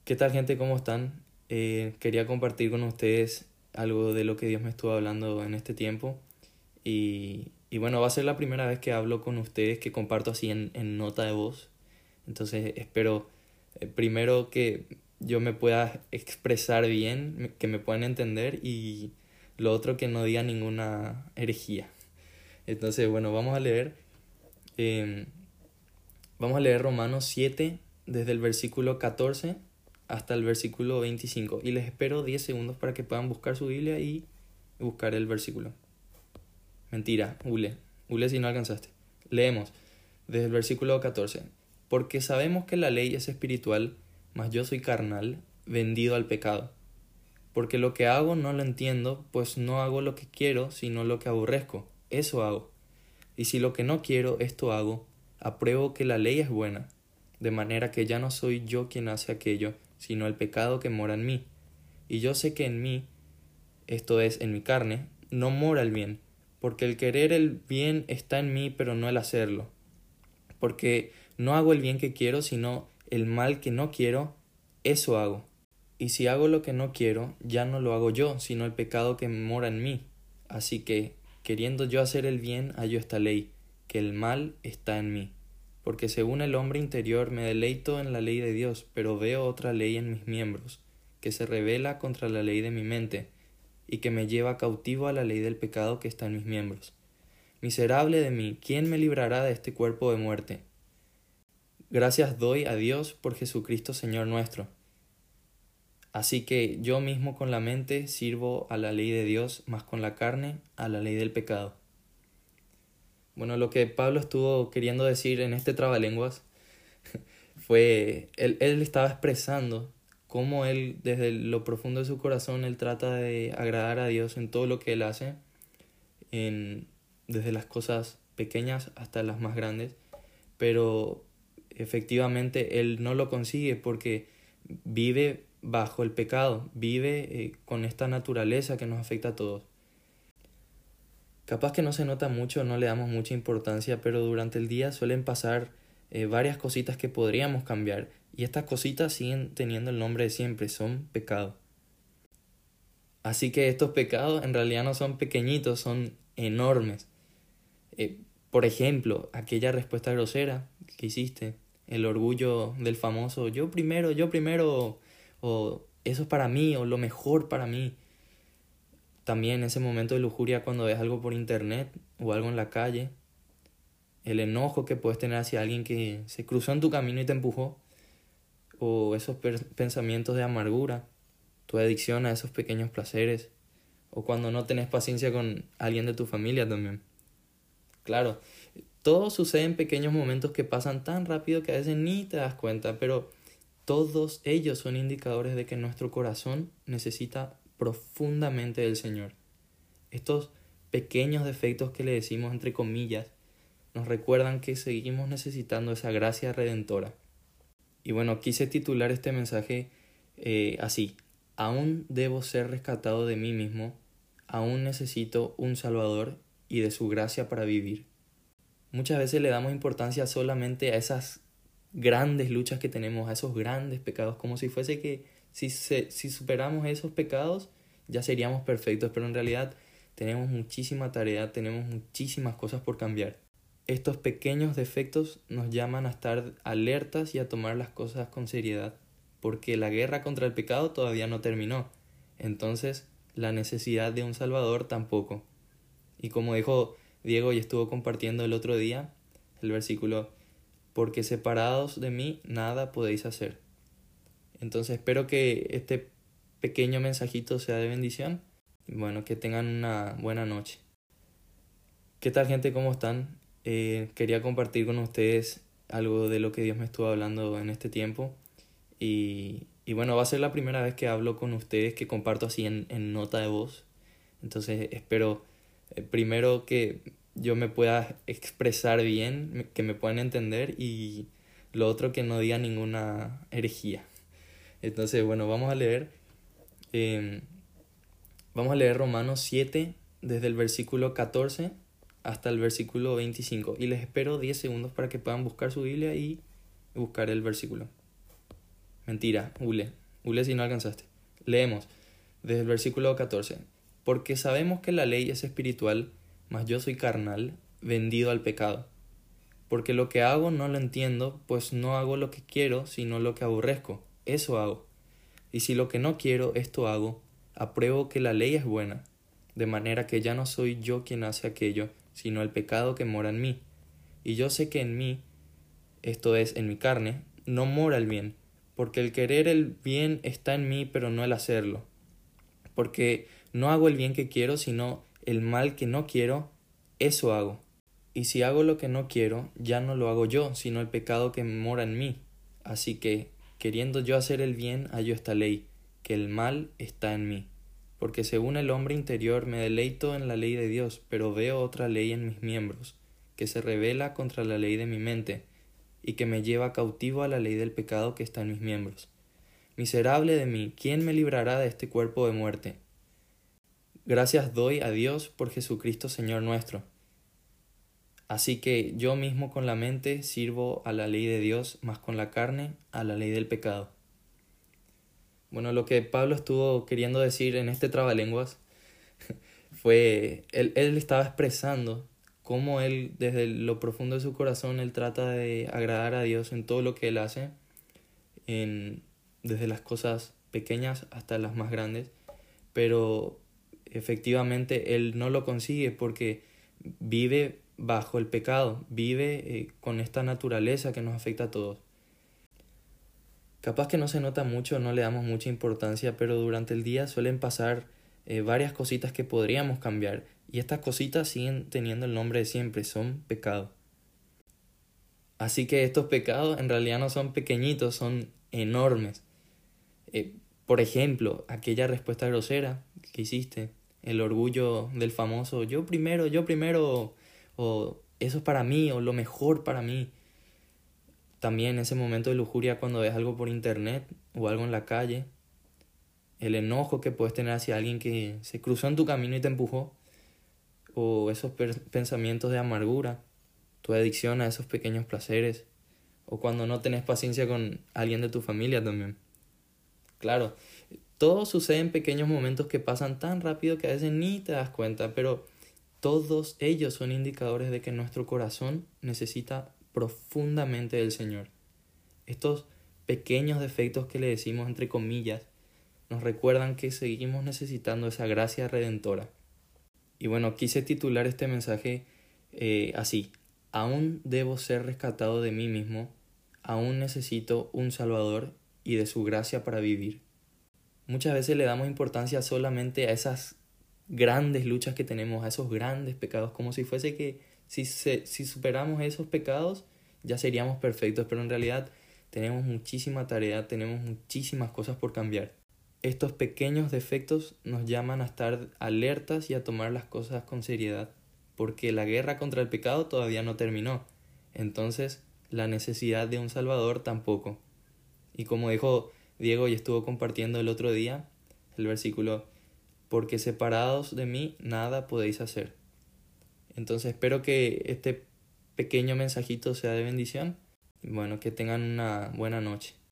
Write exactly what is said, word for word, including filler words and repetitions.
¿Qué tal, gente? ¿Cómo están? Eh, quería compartir con ustedes algo de lo que Dios me estuvo hablando en este tiempo. Y, y bueno, va a ser la primera vez que hablo con ustedes, que comparto así en, en nota de voz. Entonces espero eh, primero que yo me pueda expresar bien, me- que me puedan entender, y lo otro, que no diga ninguna herejía. Entonces, bueno, vamos a leer. em, Vamos a leer Romanos siete desde el versículo catorce hasta el versículo veinticinco. Y les espero diez segundos para que puedan buscar su Biblia y buscar el versículo. Mentira, hule. Hule si no alcanzaste. Leemos desde el versículo catorce. Porque sabemos que la ley es espiritual, mas yo soy carnal, vendido al pecado. Porque lo que hago no lo entiendo, pues no hago lo que quiero, sino lo que aborrezco. Eso hago. Y si lo que no quiero, esto hago, apruebo que la ley es buena, de manera que ya no soy yo quien hace aquello, sino el pecado que mora en mí. Y yo sé que en mí, esto es, en mi carne, no mora el bien, porque el querer el bien está en mí, pero no el hacerlo. Porque no hago el bien que quiero, sino el mal que no quiero, eso hago. Y si hago lo que no quiero, ya no lo hago yo, sino el pecado que mora en mí. Así que, queriendo yo hacer el bien, hallo esta ley, que el mal está en mí. Porque según el hombre interior me deleito en la ley de Dios, pero veo otra ley en mis miembros, que se rebela contra la ley de mi mente, y que me lleva cautivo a la ley del pecado que está en mis miembros. Miserable de mí, ¿quién me librará de este cuerpo de muerte? Gracias doy a Dios por Jesucristo Señor nuestro. Así que yo mismo con la mente sirvo a la ley de Dios, mas con la carne a la ley del pecado. Bueno, lo que Pablo estuvo queriendo decir en este trabalenguas fue, él, él estaba expresando cómo él, desde lo profundo de su corazón, él trata de agradar a Dios en todo lo que él hace, en, desde las cosas pequeñas hasta las más grandes, pero efectivamente él no lo consigue porque vive bajo el pecado, vive eh, con esta naturaleza que nos afecta a todos. Capaz que no se nota mucho, no le damos mucha importancia, pero durante el día suelen pasar eh, varias cositas que podríamos cambiar, y estas cositas siguen teniendo el nombre de siempre, son pecados. Así que estos pecados en realidad no son pequeñitos, son enormes. Eh, por ejemplo, aquella respuesta grosera que hiciste, el orgullo del famoso yo primero, yo primero, o eso es para mí, o lo mejor para mí. También ese momento de lujuria cuando ves algo por internet o algo en la calle, el enojo que puedes tener hacia alguien que se cruzó en tu camino y te empujó, o esos pensamientos de amargura, tu adicción a esos pequeños placeres, o cuando no tenés paciencia con alguien de tu familia también. Claro, todo sucede en pequeños momentos que pasan tan rápido que a veces ni te das cuenta, pero todos ellos son indicadores de que nuestro corazón necesita profundamente del Señor. Estos pequeños defectos que le decimos entre comillas nos recuerdan que seguimos necesitando esa gracia redentora. Y bueno, quise titular este mensaje eh, así: aún debo ser rescatado de mí mismo, aún necesito un Salvador y de su gracia para vivir. Muchas veces le damos importancia solamente a esas grandes luchas que tenemos, a esos grandes pecados, como si fuese que si, se, si superamos esos pecados ya seríamos perfectos, pero en realidad tenemos muchísima tarea, tenemos muchísimas cosas por cambiar. Estos pequeños defectos nos llaman a estar alertas y a tomar las cosas con seriedad, porque la guerra contra el pecado todavía no terminó. Entonces, la necesidad de un Salvador tampoco. Y como dijo Diego y estuvo compartiendo el otro día, el versículo, porque separados de mí nada podéis hacer. Entonces espero que este pequeño mensajito sea de bendición. Y bueno, que tengan una buena noche. ¿Qué tal, gente? ¿Cómo están? Eh, quería compartir con ustedes algo de lo que Dios me estuvo hablando en este tiempo. Y, y bueno, va a ser la primera vez que hablo con ustedes, que comparto así en, en nota de voz. Entonces espero eh, primero que yo me pueda expresar bien, que me puedan entender, y lo otro, que no diga ninguna herejía. Entonces, bueno, vamos a leer. Eh, vamos a leer Romanos siete desde el versículo catorce hasta el versículo veinticinco. Y les espero diez segundos para que puedan buscar su Biblia y buscar el versículo. Mentira, hule. Hule si no alcanzaste. Leemos desde el versículo catorce. Porque sabemos que la ley es espiritual, mas yo soy carnal, vendido al pecado. Porque lo que hago no lo entiendo, pues no hago lo que quiero, sino lo que aborrezco. Eso hago. Y si lo que no quiero, esto hago, apruebo que la ley es buena, de manera que ya no soy yo quien hace aquello, sino el pecado que mora en mí. Y yo sé que en mí, esto es, en mi carne, no mora el bien, porque el querer el bien está en mí, pero no el hacerlo. Porque no hago el bien que quiero, sino el mal que no quiero, eso hago. Y si hago lo que no quiero, ya no lo hago yo, sino el pecado que mora en mí. Así que, queriendo yo hacer el bien, hallo esta ley, que el mal está en mí. Porque según el hombre interior me deleito en la ley de Dios, pero veo otra ley en mis miembros, que se rebela contra la ley de mi mente, y que me lleva cautivo a la ley del pecado que está en mis miembros. Miserable de mí, ¿quién me librará de este cuerpo de muerte? Gracias doy a Dios por Jesucristo Señor nuestro. Así que yo mismo con la mente sirvo a la ley de Dios, mas con la carne a la ley del pecado. Bueno, lo que Pablo estuvo queriendo decir en este trabalenguas fue, él, él estaba expresando cómo él, desde lo profundo de su corazón, él trata de agradar a Dios en todo lo que él hace, en, desde las cosas pequeñas hasta las más grandes, pero efectivamente él no lo consigue porque vive bajo el pecado, vive eh, con esta naturaleza que nos afecta a todos. Capaz que no se nota mucho, no le damos mucha importancia, pero durante el día suelen pasar eh, varias cositas que podríamos cambiar, y estas cositas siguen teniendo el nombre de siempre, son pecados. Así que estos pecados en realidad no son pequeñitos, son enormes. Eh, por ejemplo, aquella respuesta grosera que hiciste, el orgullo del famoso yo primero, yo primero, o eso es para mí, o lo mejor para mí. También ese momento de lujuria cuando ves algo por internet o algo en la calle, el enojo que puedes tener hacia alguien que se cruzó en tu camino y te empujó, o esos pensamientos de amargura, tu adicción a esos pequeños placeres, o cuando no tenés paciencia con alguien de tu familia también. Claro, todo sucede en pequeños momentos que pasan tan rápido que a veces ni te das cuenta, pero todos ellos son indicadores de que nuestro corazón necesita profundamente del Señor. Estos pequeños defectos que le decimos entre comillas nos recuerdan que seguimos necesitando esa gracia redentora. Y bueno, quise titular este mensaje eh, así: aún debo ser rescatado de mí mismo, aún necesito un Salvador y de su gracia para vivir. Muchas veces le damos importancia solamente a esas grandes luchas que tenemos, a esos grandes pecados, como si fuese que si, se, si superamos esos pecados ya seríamos perfectos, pero en realidad tenemos muchísima tarea, tenemos muchísimas cosas por cambiar. Estos pequeños defectos nos llaman a estar alertas y a tomar las cosas con seriedad, porque la guerra contra el pecado todavía no terminó, entonces la necesidad de un Salvador tampoco. Y como dijo Diego y estuvo compartiendo el otro día, el versículo, porque separados de mí nada podéis hacer. Entonces espero que este pequeño mensajito sea de bendición y bueno, que tengan una buena noche.